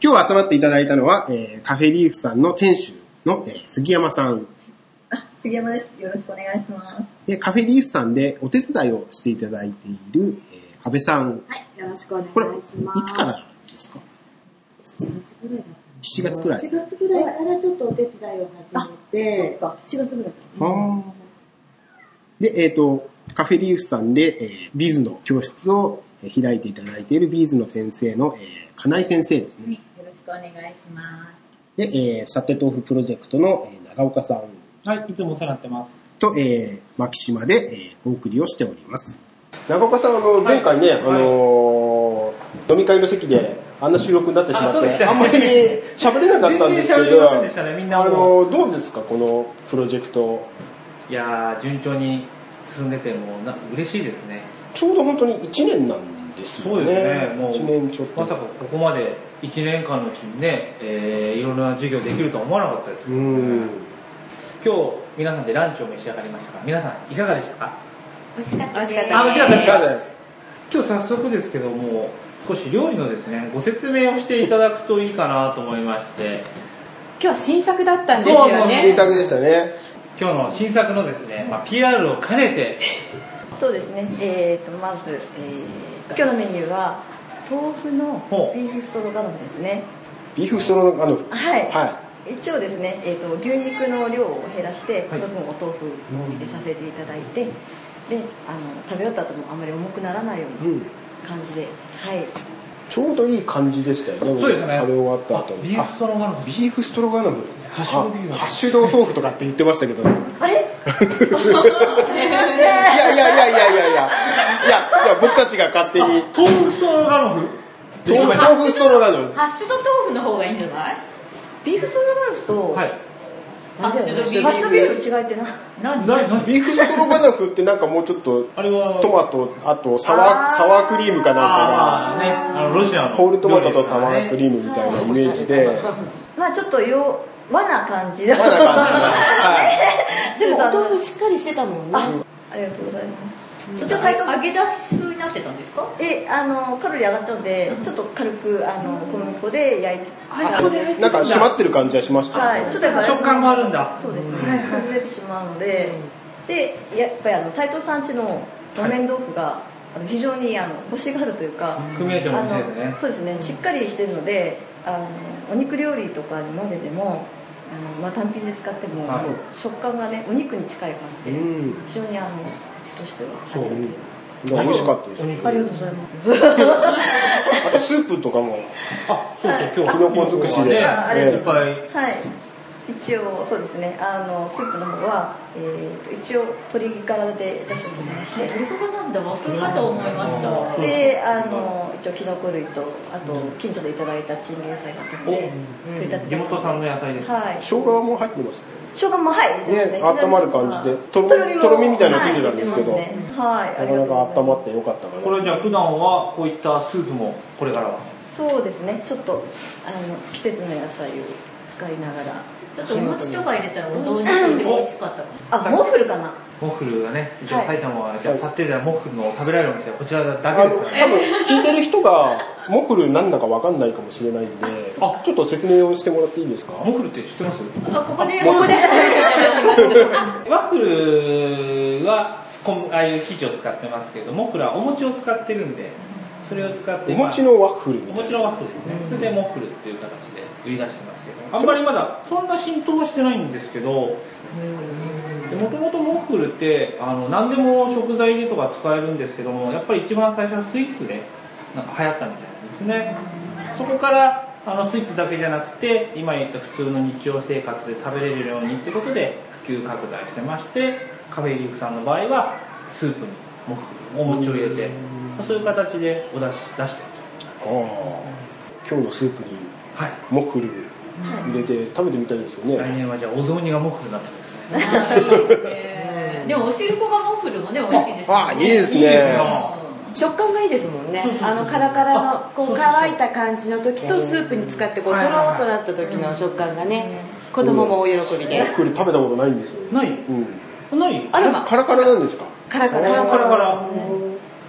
今日集まっていただいたのは、カフェリーフさんの店主の、杉山さん。 杉山です。よろしくお願いします。 で、カフェリーフさんでお手伝いをしていただいている、安倍さん。 はい、よろしくお願いします。 これ、いつからですか？7月ぐらい。 7月ぐらいからちょっとお手伝いを始めて。 そっか、7月ぐらいで、カフェリーフさんで、ビーズの教室を開いていただいているビーズの先生の、金井先生ですね。 よろしくお願いします。 で、サテ豆腐プロジェクトの、長岡さん。 はい、いつもお世話になってます。 と、牧島で、お送りをしております。長岡さん、前回ね、飲み会の席で、あんな収録になってしまって、あんまり喋れなかったんですけど、どうですか、このプロジェクト。 いやー、順調に進んでて、もう嬉しいですね。 ちょうど本当に1年なんですよね。 そうですね、もう 1年ちょっと。 まさかここまで1年間のうちにね、いろんな授業できるとは思わなかったですけど、今日皆さんでランチを召し上がりましたが、皆さんいかがでしたか？ 美味しかったです。 美味しかったです。今日早速ですけども、少し料理のですね、ご説明をしていただくといいかなと思いまして。 今日は新作だったんですよね。 新作でしたね。 今日の新作のですね、PR を兼ねて。 そうですね、まず、今日のメニューは、豆腐のビーフストロガノフですね。 ビーフストロガノフ。 はい。一応ですね、牛肉の量を減らして、その分お豆腐を入れさせていただいて、で、食べ終わった後もあまり重くならないような感じで、はい。 ちょうどいい感じでしたよね。 そうですね。 食べ終わった後ビーフストロガノフ。 ビーフストロガノフ。ハッシュド豆腐とかって言ってましたけど。 あれ？いや、 僕たちが勝手に。 豆腐ストロガノフ？ 豆腐ストロガノフ。 ハッシュド豆腐の方がいいんじゃない？ ビーフストロガノフと、 はい。 ハッシュドビーフの違いって何？ ビーフストロガノフってなんかもうちょっとあれはトマト、あとサワークリームかなんかが、ロシアのホールトマトとサワークリームみたいなイメージで、 まあちょっと和な感じで。 はい。 でもお豆腐しっかりしてたもんね。 ありがとうございます。 一応最初揚げ出し風になってたんですか？ カロリー上がっちゃうんで、ちょっと軽く小麦粉で焼いて。 なんか締まってる感じはしました。 はい。ちょっとやっぱ食感があるんだ。 そうですね。崩れてしまうので、でやっぱり斉藤さん家の木綿豆腐が非常にコシがあるというか、 組合長の店ですね。 そうですね。しっかりしてるので、お肉料理とかに混ぜても。単品で使っても、食感がねお肉に近い感じで、非常に味としては美味しかったです。 ありがとうございます。 あとスープとかも、 今日キノコ尽くしで、 いっぱい。 はい。一応そうですね。スープの方は一応鶏ガラで出しておきまして。 鶏ガラなんだ。和風かと思いました。 で、一応キノコ類とあと近所でいただいたチンゲン菜があって、取り立て地元産の野菜です。 はい。 生姜も入ってますね。 生姜もね、温まる感じで、とろみみたいなのついてたんですけど、 はい。 なかなか温まってよかったかな。 これじゃあ普段はこういったスープもこれからは。 そうですね。ちょっと季節の野菜を使いながら。 ちょっとお餅とか入れたらお雑煮風で美味しかったかも。 モッフルかな。 モッフルがね、埼玉はじゃあ買ってたモッフルの食べられるお店はこちらだけですからね。 多分聞いてる人がモッフル何だか分かんないかもしれないんで、ちょっと説明をしてもらっていいですか？ モッフルって知ってます？ ここでワッフルはああいう生地を使ってますけど、モッフルはお餅を使ってるんで、それを使ってお餅のワッフルみたいな。 お餅のワッフルですね。それでモッフルっていう形で売り出してますけど、あんまりまだそんな浸透はしてないんですけど、もともとモッフルって何でも食材でとか使えるんですけども、やっぱり一番最初はスイーツでなんか流行ったみたいなんですね。そこからスイーツだけじゃなくて、今言った普通の日常生活で食べれるようにってことで普及拡大してまして、カフェリーフさんの場合はスープにモッフルお餅を入れて、そういう形でお出してる。 今日のスープにモッフル入れて食べてみたいですよね。 来年はじゃあお雑煮がモッフルになってるんですね。でもお汁粉がモッフルもね美味しいですね。 いいですね。 食感がいいですもんね。カラカラの乾いた感じの時とスープに使ってとろーっとなった時の食感がね、子供も大喜びで。 モッフル食べたことないんですよ。 ない？ない？ カラカラなんですか？ カラカラ。 カラカラ。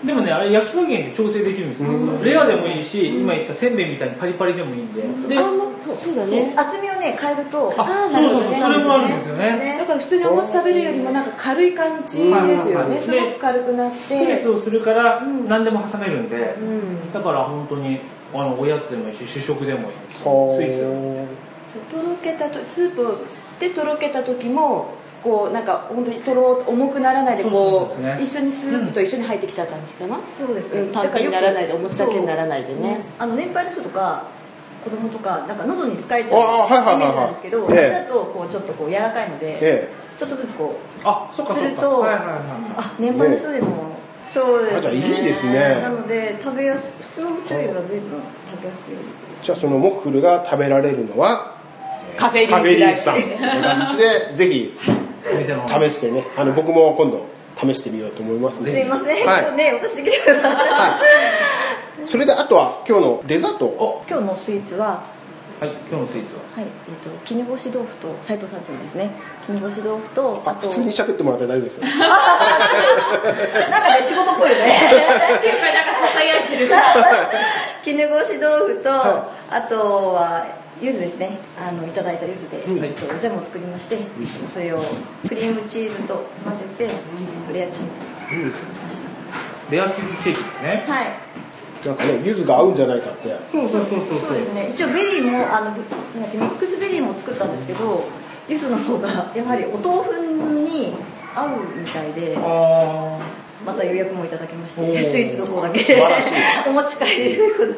でもね、あれ焼き加減で調整できるんですよ。レアでもいいし、今言ったせんべいみたいにパリパリでもいいんで。で、 そうだね。 厚みをね変えると、 そうそうそう、それもあるんですよね。 だから普通にお餅食べるよりもなんか軽い感じですよね。すごく軽くなって。 ストレスをするから何でも挟めるんで、だから本当におやつでもいいし主食でもいいし、スイーツでもいい。 とろけたとスープでとろけた時もこうなんか本当に重くならないでこう一緒にスープと一緒に入ってきちゃった感じかな。 そうですね。 単品にならないでお餅だけにならないでね。 年配の人とか子供とかなんか喉に使えちゃうイメージなんですけど、それだとこうちょっとこう柔らかいので、ちょっとずつこうすると、年配の人でもそうですね。 じゃあいいですね。 なので普通のお餅よりは随分食べやすい。 じゃあそのモッフルが食べられるのはカフェリーフさんでぜひ試してね、僕も今度試してみようと思いますので。 すいません、私できればよかった。 それであとは今日のデザート。 今日のスイーツは、 はい、今日のスイーツは、 絹ごし豆腐と斉藤さんちのですね。絹ごし豆腐とあと普通に喋ってもらって大丈夫ですよ。 なんかね仕事っぽいよね。 なんかささやいてる。 絹ごし豆腐とあとは柚子ですね。いただいた柚子でジャムを作りまして、それをクリームチーズと混ぜてレアチーズレアチーズケーキですね。 はい。 なんかね柚子が合うんじゃないかって。 そうですね。一応ベリーもミックスベリーも作ったんですけど、柚子の方がやはりお豆腐に合うみたいで。また予約もいただきまして、スイーツの方だけでお持ち帰りということで。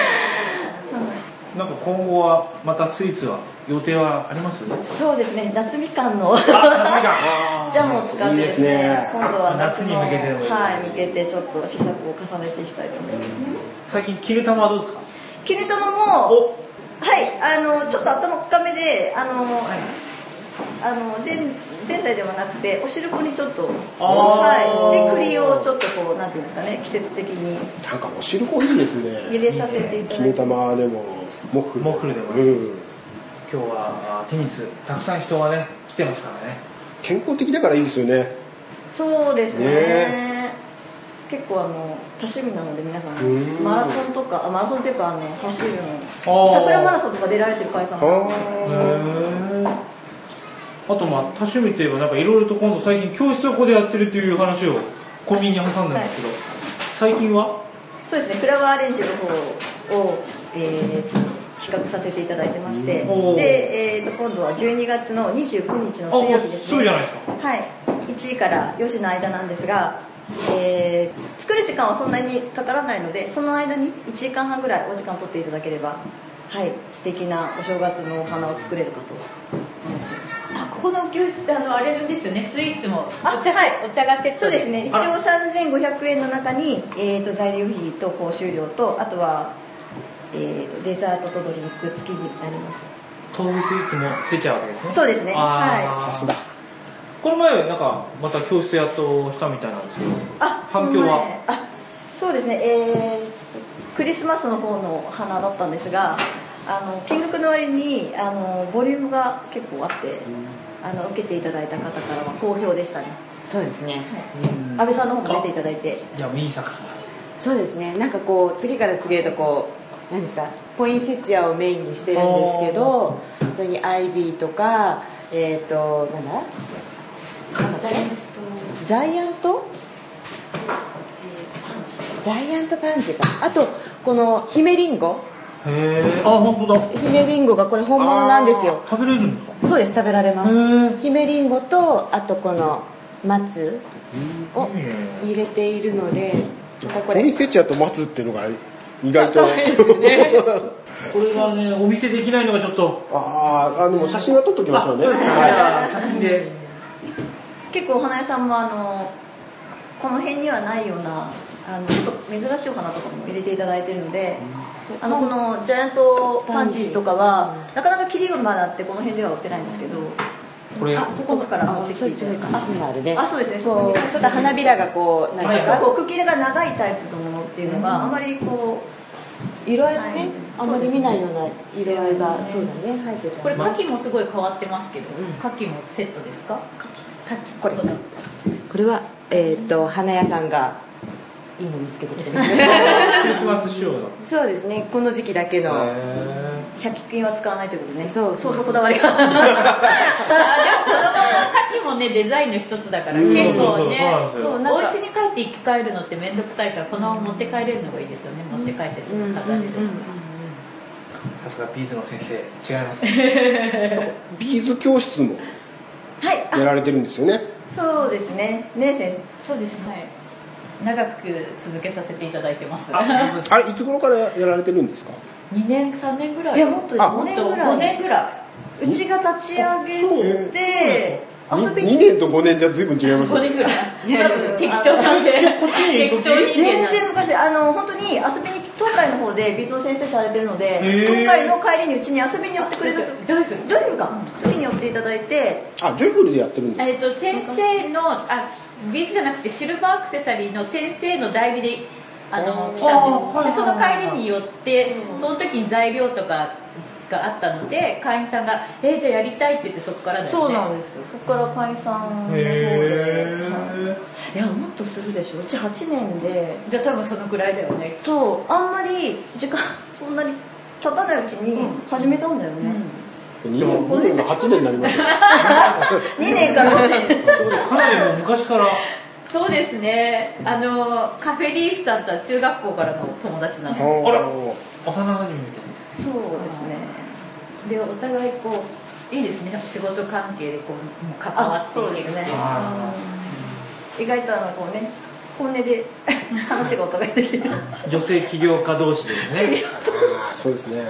なんか今後はまたスイーツは予定はあります？ そうですね、夏みかんのジャムを使ってですね、今度は夏に向けてちょっと試作を重ねていきたいと思います。最近絹玉はどうですか？ 絹玉もちょっと頭深めで前菜ではなくてお汁粉にちょっとで栗をちょっとこうなんていうんですかね、季節的になんかお汁粉いいですね。 入れさせていただいて、 絹玉でもモッフルでも、 今日はテニスたくさん人がね来てますからね。 健康的だからいいですよね。 そうですね。結構多趣味なので皆さんマラソンとかマラソンっていうか走るの桜マラソンとか出られてる会社もあと多趣味といえばなんかいろいろと今度最近教室をここでやってるっていう話をコンビニに挟んだんですけど、最近はそうですね、フラワーアレンジの方を、企画させていただいてまして、で、今度は12月の29日の水曜日ですね。 すぐじゃないですか。 はい、1時から4時の間なんですが、作る時間はそんなにかからないので、その間に1時間半ぐらいお時間取っていただければ、素敵なお正月のお花を作れるかと。 ここの教室ってあれですよね、スイーツもお茶がセットで。 そうですね、一応3500円の中に、材料費と講習料とあとは、デザートとドリンク付きになります。 豆腐スイーツもついちゃうわけですね。 そうですね、 さすが。 この前なんかまた教室やっとしたみたいなんですけど、反響は？ そうですね、クリスマスの方の花だったんですが、金額の割にボリュームが結構あって、受けていただいた方からは好評でしたね。 そうですね、 安倍さんの方も出ていただいて、 いやいい作品。 そうですね、なんかこう次から次へとこう何ですか、ポインセチアをメインにしてるんですけど、それにアイビーとかジャイアントパンジーか、あとこの姫リンゴ、 本当だ。 姫リンゴがこれ本物なんですよ。 食べれるんですか？ そうです、食べられます。姫リンゴとあとこの松を入れているので、またこれポインセチアと松っていうのが意外とこれがねお見せできないのがちょっとでも写真は撮っときましょうね。 そうですね、じゃあ写真で。 結構お花屋さんもこの辺にはないようなちょっと珍しいお花とかも入れていただいているので、このジャイアントパンジーとかはなかなか切り花ってこの辺では売ってないんですけど、 これそこから持ってきていただいて、そうですね、 ちょっと花びらがこうなんていうか茎が長いタイプのものっていうのがあまりこう色合いがね、あまり見ないような色合いがそうだね入ってた。 これ牡蠣もすごい変わってますけど、牡蠣もセットですか？ これは花屋さんがいの見つけてきてるクリスマス仕様だ。 そうですね、この時期だけの 100均は使わないということね。 そうこだわりが。 子供の滝もね、デザインの一つだから、結構ね、 そうお家に帰って生き返るのって面倒くさいから、このまま持って帰れるのがいいですよね。持って帰ってすぐ飾れる。 さすがビーズの先生、違いますね。 ビーズ教室もはいやられてるんですよね。 そうですね。ね先生。 そうですね。長く続けさせていただいてます。 あれいつ頃からやられてるんですか。 2年3年ぐらい。 いやもっと5年ぐらい。 5年ぐらい。 うちが立ち上げて 2年と5年じゃ随分違います 5 ね。 年ぐらい。多分適当なんで。適当人全間なんで。 然昔本当に遊びに東海の方で美術の先生されてるので、東海の帰りにうちに遊びに寄ってくれたジョイフル。 ジョイフルか時に寄っていただいて、 あ、ジョイフルでやってるんですか。 先生のビーズじゃなくてシルバーアクセサリーの先生の代理で来たんです。でその帰りに寄ってその時に材料とかがあったので会員さんがじゃあやりたいって言ってそこからだよね。 そうなんですよ。そこから会員さんの方で、いやもっとするでしょ。うち8年で、 じゃあ多分そのくらいだよね。 そうあんまり時間そんなに経たないうちに始めたんだよね。 2年が8年になりました。 2年から6年。 かなりもう昔から。 そうですね。カフェリーフさんとは中学校からの友達なの。 あら、幼馴染みみたいです。 そうですね。 でお互いこういいですね。仕事関係でこうもう関わっていけるっていう。 意外とこうね本音で話がお互いできる。 女性起業家同士ですね。 そうですね。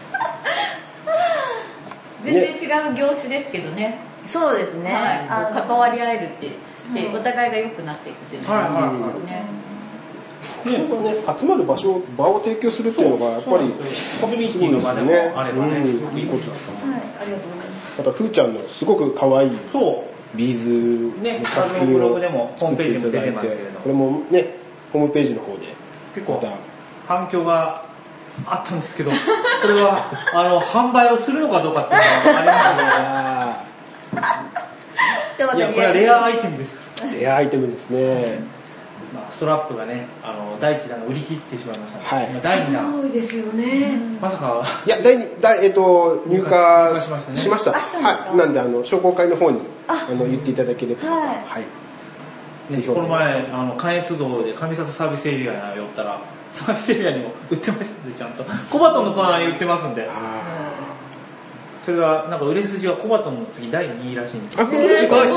全然違う業種ですけどね。 そうですね。 関わり合えるってでお互いが良くなっていくっていうのがいいですよね。 人がね集まる場を提供するっていうのがやっぱりコミュニティの場でもあればね、 いいことだと思う。 ありがとうございます。 またふーちゃんのすごく可愛いビーズの作品を作っていただいて、これもねホームページの方で結構反響があったんですけど、これは販売をするのかどうかっていうのがありますので。いやこれはレアアイテムです。 レアアイテムですね。 ストラップがね、第1弾売り切ってしまいました、ね。 はい。 第2弾。 そうですよね。 まさか。 いや、入荷しました。はい。なんで、商工会の方に、言っていただければ。はい。 この前、関越道で上里サービスエリアに寄ったら、サービスエリアにも売ってましたね、ちゃんと。コバトンのコーナーに売ってますんで。それはなんか売れ筋はコバトンの次第2位らしいんです。 すごい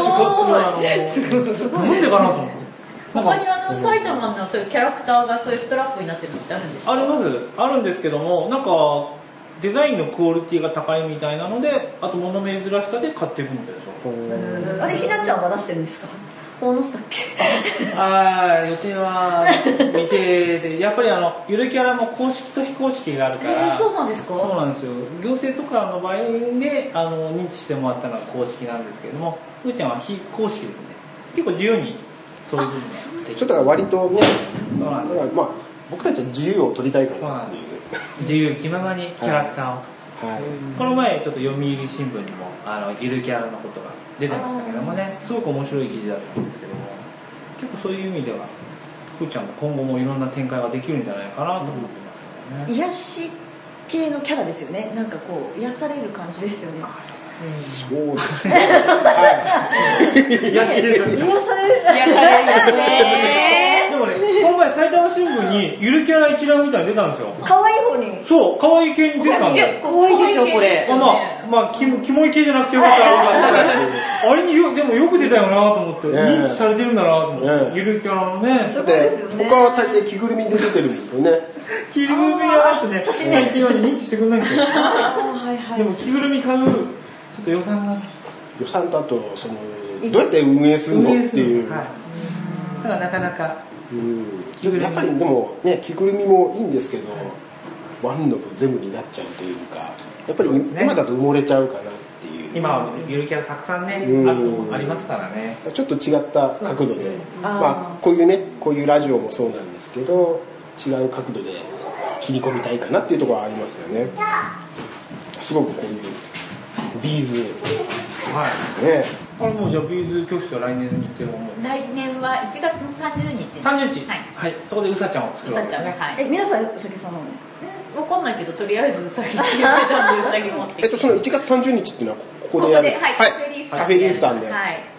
すごい。なんでかなと思って。 他に埼玉のそういうキャラクターがそういうストラップになってるのってあるんですか？ あるんですけども、なんかデザインのクオリティが高いみたいなので、あと物珍しさで買っていくみたいですよ。 あれひなちゃんが出してるんですか？大野したっけ？ 予定は未定で、やっぱりゆるキャラも公式と非公式があるから。 そうなんですか？ そうなんですよ。行政とかの場合で認知してもらったのは公式なんですけども、ふーちゃんは非公式ですね。結構自由にそういう部分がちょっと割とね、 そうなんです。 まあ僕たちは自由を取りたいからなっていう。 自由気ままにキャラクターを。 はい。 この前ちょっと読売新聞にもゆるキャラのことが出てましたけどもね、すごく面白い記事だったんですけども、結構そういう意味ではふーちゃんも今後もいろんな展開ができるんじゃないかなと思ってますけどね。 癒し系のキャラですよね。なんかこう癒される感じですよね。 そうですね。はい。 癒し系ですね。 癒されるですね。 でもね、この前埼玉新聞にゆるキャラ一覧みたいに出たんですよ。 可愛い方に。 そう、可愛い系に出たんですよ。 可愛いでしょこれ。 まあキモい系じゃなくてよかったらあれにでもよく出たよなと思って、認知されてるんだなと思って、ゆるキャラのね。 で他は大抵着ぐるみで出てるんですよね。 着ぐるみはあってね、最近は認知してくんないんですよ。でも着ぐるみ買うちょっと予算とあとどうやって運営するのっていう。 だからなかなか。 やっぱりでもね着ぐるみもいいんですけど、ワンの全部になっちゃうというか、やっぱり今だと埋もれちゃうかなっていう。 今はゆるキャラたくさんねありますからね。 ちょっと違った角度で、まあこういうラジオもそうなんですけど、違う角度で切り込みたいかなっていうところはありますよね。すごくこういうビーズねもうじゃあビーズ教室は来年の日程はもう来年は1月の30日。 30日。 はい。 はい。そこでうさちゃんを作るわけですね。 はい。 皆さんうさぎさんなの？ わかんないけど、とりあえずうさぎって言われたんでうさぎ持ってきて。 その1月30日っていうのはここでやる？ はい、カフェリーフさんで。 カフェリーフさんで。 はい。